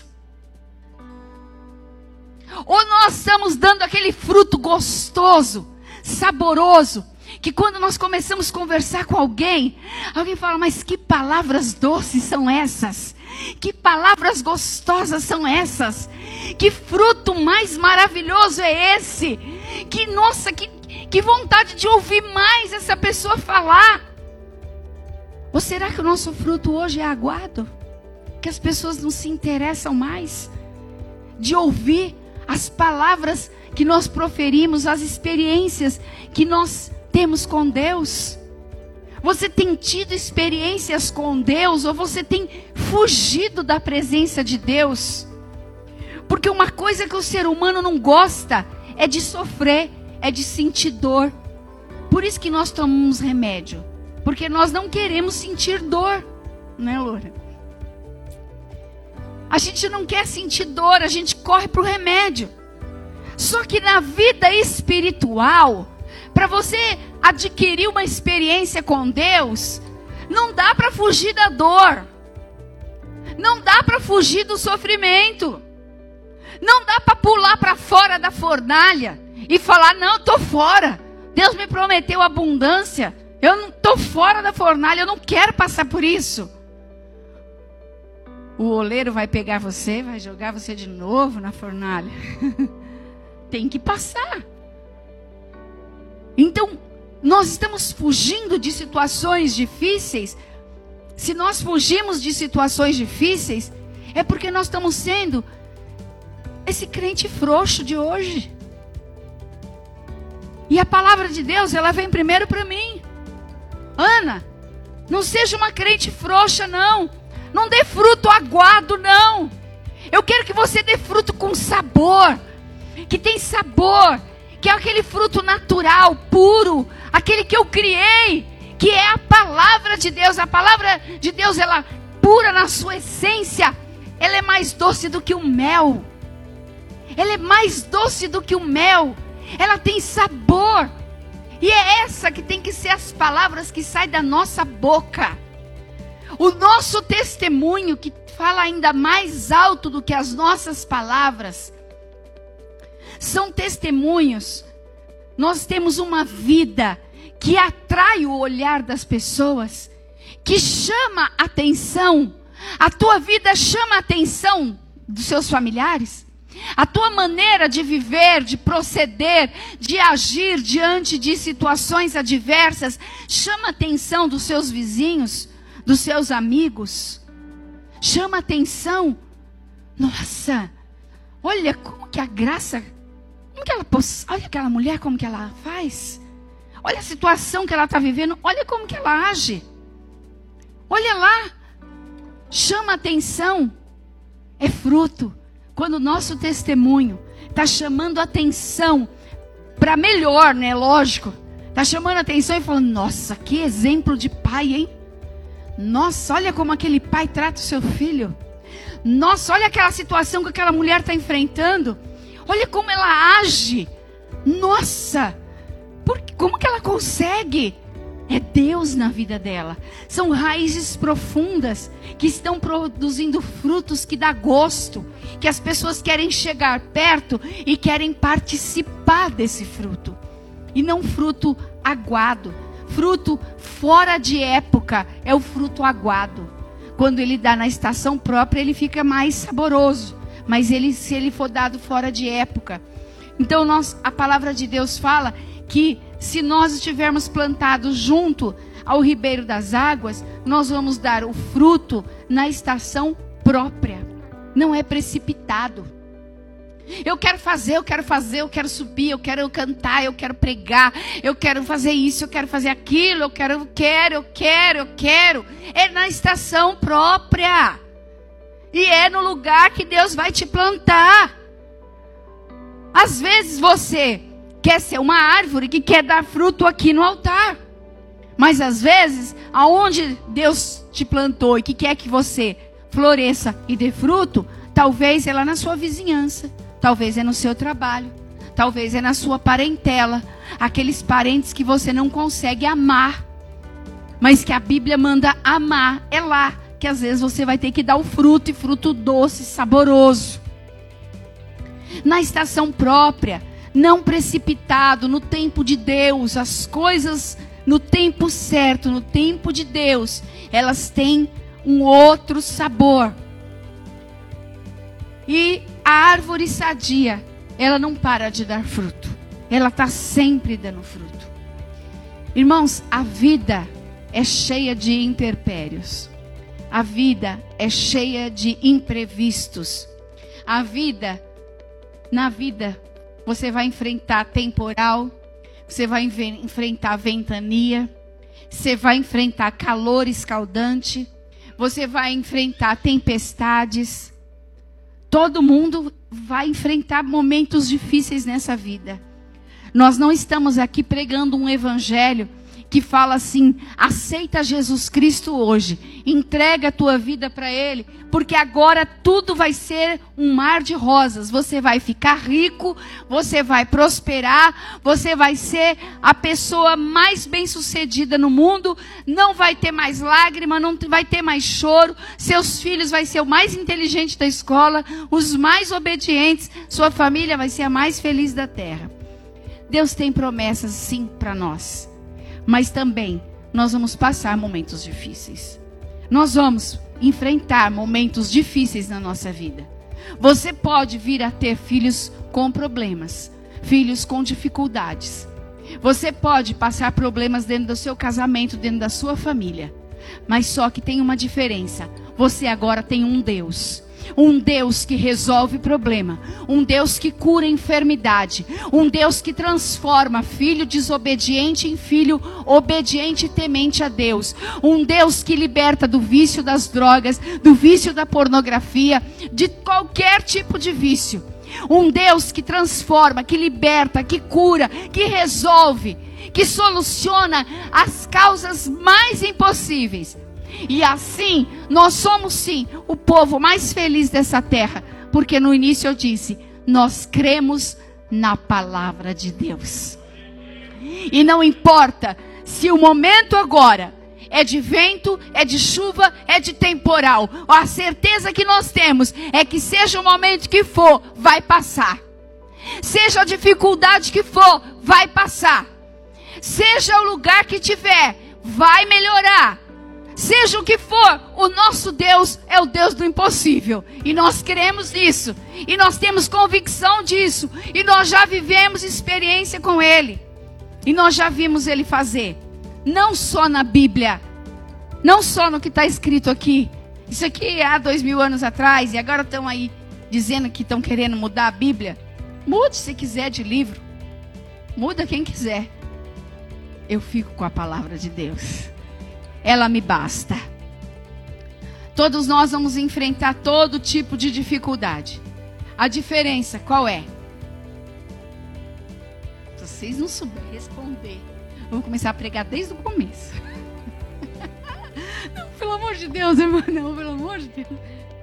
Ou nós estamos dando aquele fruto gostoso, saboroso, que quando nós começamos a conversar com alguém fala, mas que palavras doces são essas? Que palavras gostosas são essas? Que fruto mais maravilhoso é esse? Que, nossa, que vontade de ouvir mais essa pessoa falar. Ou será que o nosso fruto hoje é aguado? Que as pessoas não se interessam mais de ouvir as palavras que nós proferimos, as experiências que nós temos com Deus? Você tem tido experiências com Deus ou você tem fugido da presença de Deus? Porque uma coisa que o ser humano não gosta é de sofrer, é de sentir dor. Por isso que nós tomamos remédio, porque nós não queremos sentir dor, né, Loura? A gente não quer sentir dor, a gente corre para o remédio. Só que na vida espiritual, para você adquirir uma experiência com Deus, não dá para fugir da dor. Não dá para fugir do sofrimento. Não dá para pular para fora da fornalha e falar, não, estou fora. Deus me prometeu abundância. Eu não estou fora da fornalha, eu não quero passar por isso. O oleiro vai pegar você, vai jogar você de novo na fornalha. Tem que passar. Então, nós estamos fugindo de situações difíceis. Se nós fugimos de situações difíceis, é porque nós estamos sendo esse crente frouxo de hoje. E a palavra de Deus, ela vem primeiro para mim. Ana, não seja uma crente frouxa, não. Não dê fruto aguado, não. Eu quero que você dê fruto com sabor. Que tem sabor. Que é aquele fruto natural, puro. Aquele que eu criei. Que é a palavra de Deus. A palavra de Deus, ela pura na sua essência. Ela é mais doce do que o mel. Ela é mais doce do que o mel. Ela tem sabor. E é essa que tem que ser as palavras que saem da nossa boca. O nosso testemunho, que fala ainda mais alto do que as nossas palavras, são testemunhos. Nós temos uma vida que atrai o olhar das pessoas, que chama a atenção. A tua vida chama a atenção dos seus familiares. A tua maneira de viver, de proceder, de agir diante de situações adversas, chama a atenção dos seus vizinhos, dos seus amigos. Chama a atenção. Nossa, olha como que a graça, olha aquela mulher como que ela faz. Olha a situação que ela está vivendo, olha como que ela age. Olha lá, chama a atenção. É fruto. Quando o nosso testemunho está chamando atenção para melhor, né? Lógico. Está chamando atenção e falando, nossa, que exemplo de pai, hein? Nossa, olha como aquele pai trata o seu filho. Nossa, olha aquela situação que aquela mulher está enfrentando. Olha como ela age. Nossa, como que ela consegue? É Deus na vida dela. São raízes profundas que estão produzindo frutos que dá gosto, que as pessoas querem chegar perto e querem participar desse fruto. E não fruto aguado. Fruto fora de época é o fruto aguado. Quando ele dá na estação própria, ele fica mais saboroso. Mas se ele for dado fora de época. Então a palavra de Deus fala que se nós estivermos plantados junto ao ribeiro das águas, nós vamos dar o fruto na estação própria. Não é precipitado. Eu quero fazer, eu quero subir, eu quero cantar, eu quero pregar, eu quero fazer isso, eu quero fazer aquilo, eu quero. É na estação própria. E é no lugar que Deus vai te plantar. Às vezes você quer ser uma árvore que quer dar fruto aqui no altar. Mas às vezes, aonde Deus te plantou e que quer que você floresça e dê fruto, talvez é lá na sua vizinhança, talvez é no seu trabalho, talvez é na sua parentela, aqueles parentes que você não consegue amar, mas que a Bíblia manda amar, é lá que às vezes você vai ter que dar o fruto, e fruto doce, saboroso. Na estação própria, não precipitado, no tempo de Deus, as coisas no tempo certo, no tempo de Deus, elas têm um outro sabor. E a árvore sadia, ela não para de dar fruto. Ela está sempre dando fruto. Irmãos, a vida é cheia de intempéries. A vida é cheia de imprevistos. Na vida, você vai enfrentar temporal, você vai enfrentar ventania, você vai enfrentar calor escaldante, você vai enfrentar tempestades. Todo mundo vai enfrentar momentos difíceis nessa vida. Nós não estamos aqui pregando um evangelho que fala assim: aceita Jesus Cristo hoje, entrega a tua vida para Ele, porque agora tudo vai ser um mar de rosas. Você vai ficar rico, você vai prosperar, você vai ser a pessoa mais bem-sucedida no mundo, não vai ter mais lágrima, não vai ter mais choro, seus filhos vai ser o mais inteligente da escola, os mais obedientes, sua família vai ser a mais feliz da terra. Deus tem promessas sim para nós. Mas também nós vamos passar momentos difíceis. Nós vamos enfrentar momentos difíceis na nossa vida. Você pode vir a ter filhos com problemas, filhos com dificuldades. Você pode passar problemas dentro do seu casamento, dentro da sua família. Mas só que tem uma diferença. Você agora tem um Deus. Um Deus que resolve problema, um Deus que cura enfermidade, um Deus que transforma filho desobediente em filho obediente e temente a Deus, um Deus que liberta do vício das drogas, do vício da pornografia, de qualquer tipo de vício, um Deus que transforma, que liberta, que cura, que resolve, que soluciona as causas mais impossíveis. E assim, nós somos sim o povo mais feliz dessa terra, porque no início eu disse, nós cremos na palavra de Deus. E não importa se o momento agora é de vento, é de chuva, é de temporal, a certeza que nós temos é que seja o momento que for, vai passar. Seja a dificuldade que for, vai passar. Seja o lugar que tiver, vai melhorar. Seja o que for, o nosso Deus é o Deus do impossível. E nós cremos nisso. E nós temos convicção disso. E nós já vivemos experiência com Ele. E nós já vimos Ele fazer. Não só na Bíblia. Não só no que está escrito aqui. Isso aqui há 2000 anos atrás. E agora estão aí dizendo que estão querendo mudar a Bíblia. Mude se quiser de livro. Muda quem quiser. Eu fico com a palavra de Deus. Ela me basta. Todos nós vamos enfrentar todo tipo de dificuldade. A diferença qual é? Se vocês não souberem responder, eu vou começar a pregar desde o começo. Não, pelo de Deus, irmão. Não, pelo amor de Deus.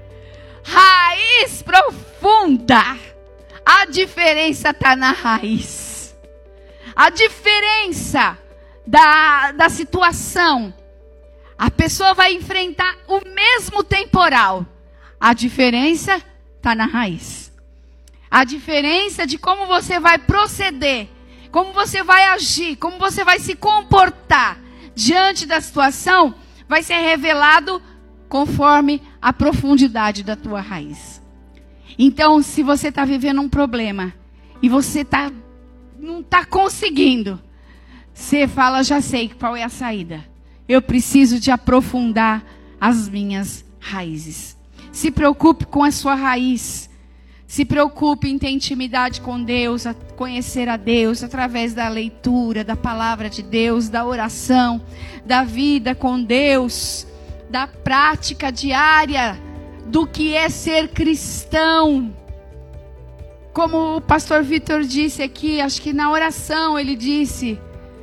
Raiz profunda. A diferença está na raiz. A diferença da situação. A pessoa vai enfrentar o mesmo temporal. A diferença está na raiz. A diferença de como você vai proceder, como você vai agir, como você vai se comportar diante da situação, vai ser revelado conforme a profundidade da tua raiz. Então, se você está vivendo um problema e você não está conseguindo, você fala, já sei qual é a saída. Eu preciso de aprofundar as minhas raízes. Se preocupe com a sua raiz. Se preocupe em ter intimidade com Deus, a conhecer a Deus através da leitura, da palavra de Deus, da oração, da vida com Deus, da prática diária do que é ser cristão. Como o pastor Vitor disse aqui, acho que na oração ele disse,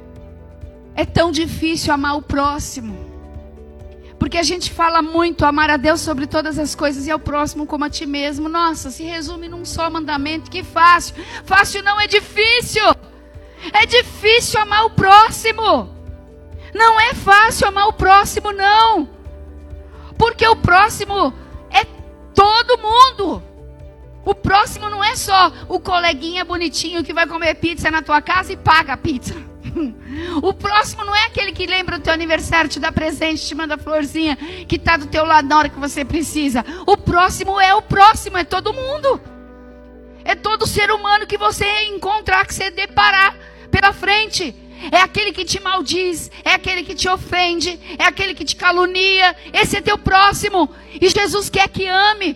é tão difícil amar o próximo. Porque a gente fala muito, amar a Deus sobre todas as coisas e ao próximo como a ti mesmo. Nossa, se resume num só mandamento, que fácil. Fácil não, é difícil. É difícil amar o próximo. Não é fácil amar o próximo, não. Porque o próximo é todo mundo. O próximo não é só o coleguinha bonitinho que vai comer pizza na tua casa e paga a pizza. O próximo não é aquele que lembra do teu aniversário, te dá presente, te manda florzinha, que está do teu lado na hora que você precisa. O próximo, é todo mundo. É todo ser humano que você encontrar, que você deparar pela frente. É aquele que te maldiz, é aquele que te ofende, é aquele que te calunia. Esse é teu próximo. E Jesus quer que ame.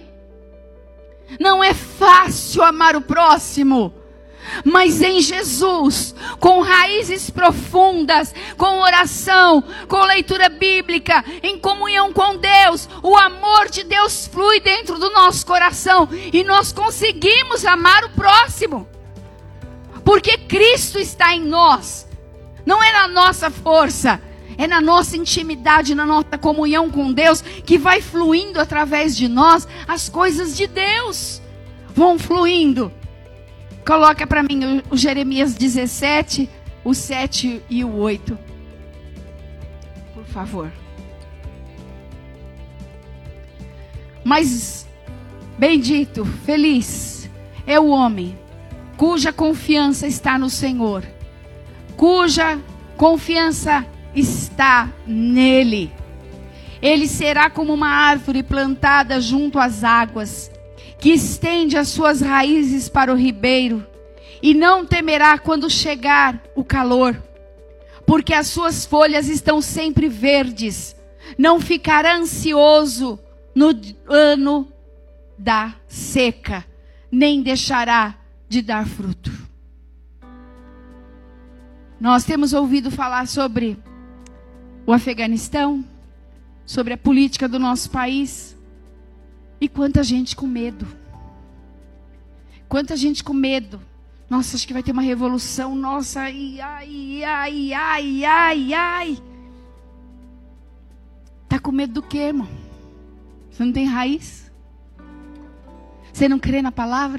Não é fácil amar o próximo. Mas em Jesus, com raízes profundas, com oração, com leitura bíblica, em comunhão com Deus, o amor de Deus flui dentro do nosso coração e nós conseguimos amar o próximo. Porque Cristo está em nós. Não é na nossa força, é na nossa intimidade, na nossa comunhão com Deus, que vai fluindo através de nós, as coisas de Deus vão fluindo. Coloca para mim o Jeremias 17, o 7 e o 8. Por favor. Mas bendito, feliz é o homem cuja confiança está no Senhor, cuja confiança está nele. Ele será como uma árvore plantada junto às águas, que estende as suas raízes para o ribeiro, e não temerá quando chegar o calor, porque as suas folhas estão sempre verdes. Não ficará ansioso no ano da seca, nem deixará de dar fruto. Nós temos ouvido falar sobre o Afeganistão, sobre a política do nosso país. E quanta gente com medo. Quanta gente com medo. Nossa, acho que vai ter uma revolução. Nossa, ai. Tá com medo do quê, irmão? Você não tem raiz? Você não crê na palavra?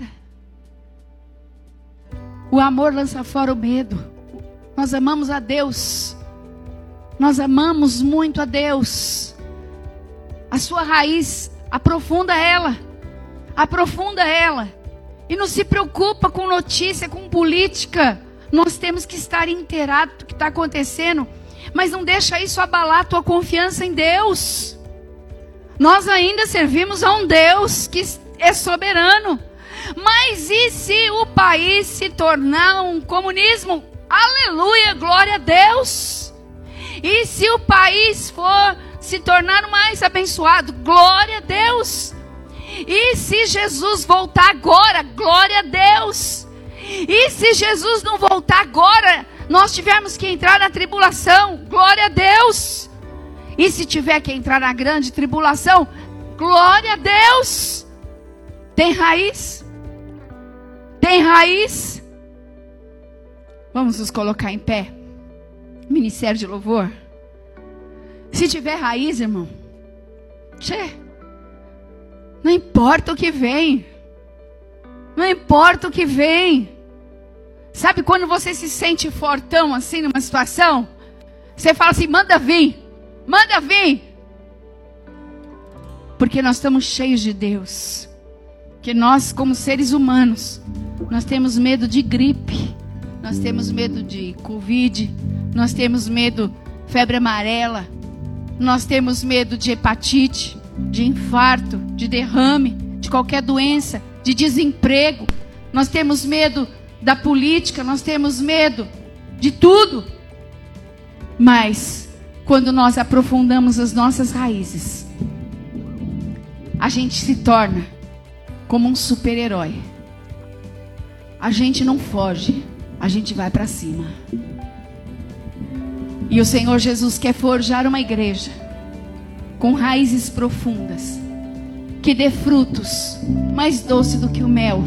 O amor lança fora o medo. Nós amamos a Deus. Nós amamos muito a Deus. A sua raiz, aprofunda ela. Aprofunda ela. E não se preocupa com notícia, com política. Nós temos que estar inteirados do que está acontecendo. Mas não deixa isso abalar a tua confiança em Deus. Nós ainda servimos a um Deus que é soberano. Mas e se o país se tornar um comunismo? Aleluia, glória a Deus. E se o país for se tornar mais abençoado? Glória a Deus. E se Jesus voltar agora? Glória a Deus. E se Jesus não voltar agora, nós tivermos que entrar na tribulação? Glória a Deus. E se tiver que entrar na grande tribulação? Glória a Deus. Tem raiz? Tem raiz? Vamos nos colocar em pé. Ministério de louvor. Se tiver raiz, irmão, Não importa o que vem. Não importa o que vem. Sabe quando você se sente fortão assim numa situação? Você fala assim, manda vir. Manda vir. Porque nós estamos cheios de Deus. Que nós, como seres humanos, nós temos medo de gripe. Nós temos medo de Covid. Nós temos medo de febre amarela. Nós temos medo de hepatite, de infarto, de derrame, de qualquer doença, de desemprego. Nós temos medo da política, nós temos medo de tudo. Mas, quando nós aprofundamos as nossas raízes, a gente se torna como um super-herói. A gente não foge, a gente vai para cima. E o Senhor Jesus quer forjar uma igreja com raízes profundas, que dê frutos mais doce do que o mel,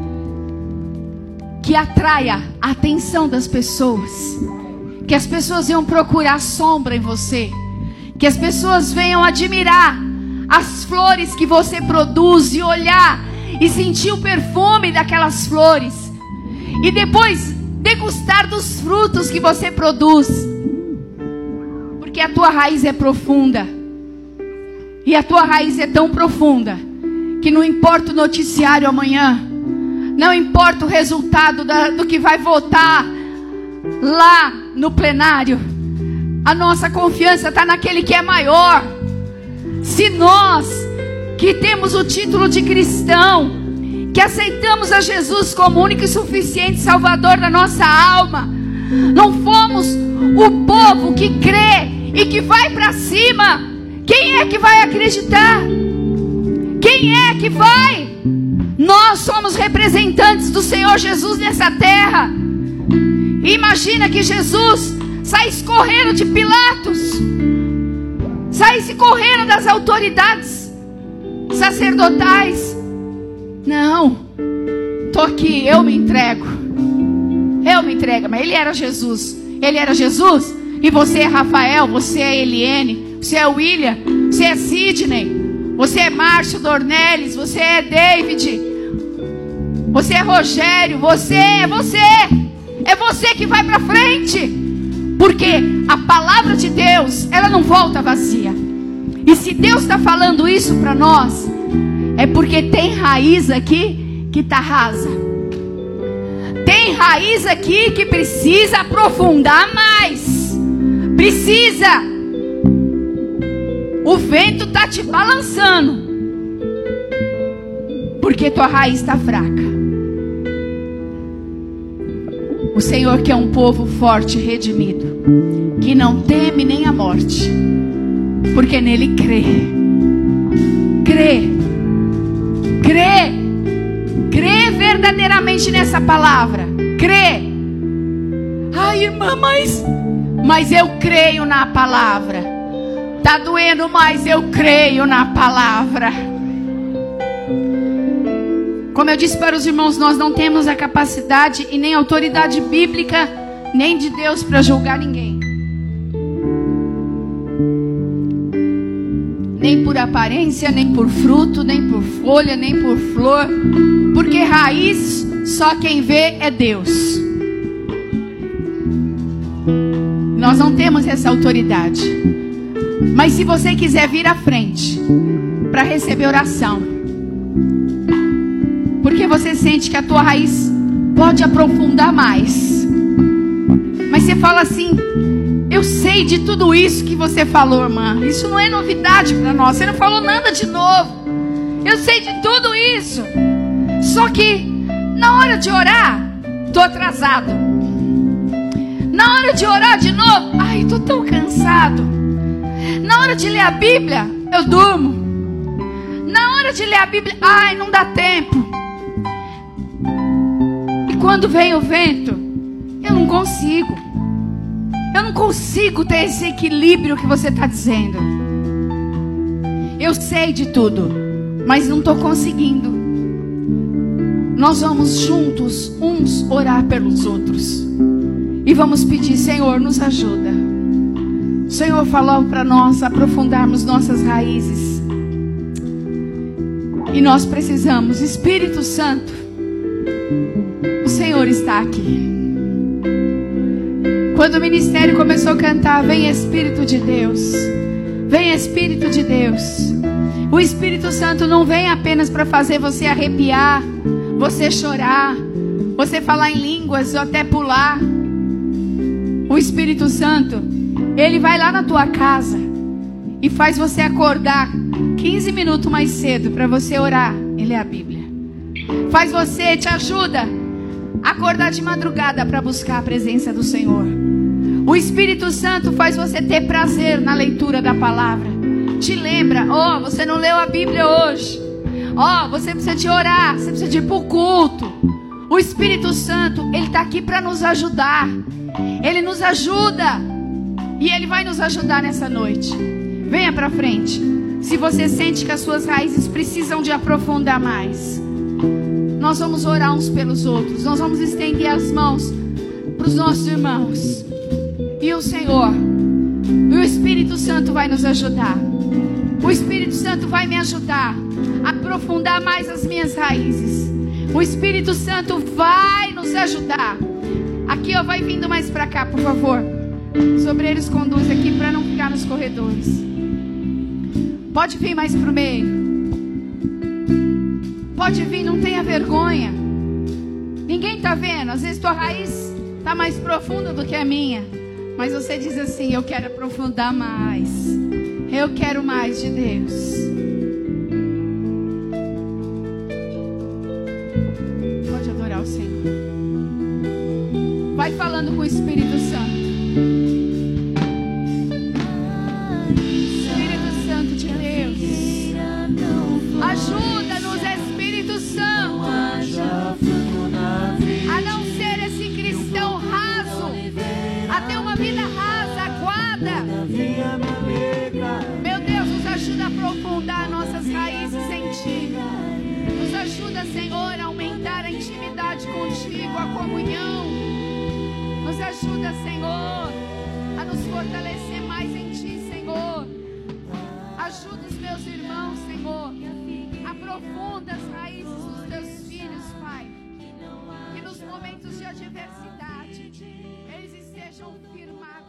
que atraia a atenção das pessoas, que as pessoas venham procurar sombra em você, que as pessoas venham admirar as flores que você produz e olhar e sentir o perfume daquelas flores e depois degustar dos frutos que você produz, porque a tua raiz é profunda. E a tua raiz é tão profunda que não importa o noticiário amanhã, não importa o resultado do que vai votar lá no plenário, a nossa confiança está naquele que é maior. Se nós, que temos o título de cristão, que aceitamos a Jesus como único e suficiente Salvador da nossa alma, não fomos o povo que crê e que vai para cima, quem é que vai acreditar? Quem é que vai? Nós somos representantes do Senhor Jesus nessa terra. Imagina que Jesus saísse correndo de Pilatos, saísse correndo das autoridades sacerdotais. Não, estou aqui, eu me entrego. Mas ele era Jesus. Ele era Jesus. E você é Rafael, você é Eliane, você é William, você é Sidney, você é Márcio Dornelles, você é David, você é Rogério, é você que vai para frente, porque a palavra de Deus, ela não volta vazia. E se Deus está falando isso para nós, é porque tem raiz aqui que está rasa, tem raiz aqui que precisa aprofundar mais. Precisa. O vento está te balançando, porque tua raiz está fraca. O Senhor quer um povo forte e redimido, que não teme nem a morte, porque nele crê. Crê verdadeiramente nessa palavra. Crê. Ai, irmã, mas eu creio na palavra. Tá doendo, mas eu creio na palavra. Como eu disse para os irmãos, nós não temos a capacidade e nem a autoridade bíblica, nem de Deus para julgar ninguém. Nem por aparência, nem por fruto, nem por folha, nem por flor. Porque raiz, só quem vê é Deus. Nós não temos essa autoridade. Mas se você quiser vir à frente para receber oração, porque você sente que a tua raiz pode aprofundar mais, mas você fala assim: eu sei de tudo isso que você falou, irmã, isso não é novidade para nós, você não falou nada de novo, eu sei de tudo isso, só que na hora de orar, estou atrasado. Na hora de orar de novo, ai, estou tão cansado. Na hora de ler a Bíblia, eu durmo. Na hora de ler a Bíblia, ai, não dá tempo. E quando vem o vento, eu não consigo. Eu não consigo ter esse equilíbrio que você está dizendo. Eu sei de tudo, mas não estou conseguindo. Nós vamos juntos, uns orar pelos outros. E vamos pedir: Senhor, nos ajuda. O Senhor falou para nós aprofundarmos nossas raízes. E nós precisamos. Espírito Santo, o Senhor está aqui. Quando o ministério começou a cantar, vem Espírito de Deus, vem Espírito de Deus. O Espírito Santo não vem apenas para fazer você arrepiar, você chorar, você falar em línguas ou até pular. O Espírito Santo, ele vai lá na tua casa e faz você acordar 15 minutos mais cedo para você orar e ler a Bíblia. Faz você, te ajuda a acordar de madrugada para buscar a presença do Senhor. O Espírito Santo faz você ter prazer na leitura da palavra. Te lembra, você não leu a Bíblia hoje. Você precisa de orar, você precisa de ir para o culto. O Espírito Santo, ele está aqui para nos ajudar. Ele nos ajuda. E ele vai nos ajudar nessa noite. Venha para frente. Se você sente que as suas raízes precisam de aprofundar mais, nós vamos orar uns pelos outros. Nós vamos estender as mãos para os nossos irmãos. E o Senhor, e o Espírito Santo vai nos ajudar. O Espírito Santo vai me ajudar a aprofundar mais as minhas raízes. O Espírito Santo vai nos ajudar. Aqui, vai vindo mais para cá, por favor. Os obreiros conduzem aqui para não ficar nos corredores. Pode vir mais para o meio. Pode vir, não tenha vergonha. Ninguém está vendo. Às vezes tua raiz está mais profunda do que a minha. Mas você diz assim: eu quero aprofundar mais. Eu quero mais de Deus. Pode adorar o Senhor. Vai falando com o Espírito Santo. Espírito Santo de Deus, ajuda-nos, Espírito Santo, a não ser esse cristão raso, a ter uma vida rasa, aguada. Meu Deus, nos ajuda a aprofundar nossas raízes em Ti. Nos ajuda, Senhor, a aumentar a intimidade contigo, a comunhão. Nos ajuda, Senhor, a nos fortalecer mais em Ti, Senhor. Ajuda os meus irmãos, Senhor. Aprofunda as raízes dos Teus filhos, Pai. Que nos momentos de adversidade eles estejam firmados.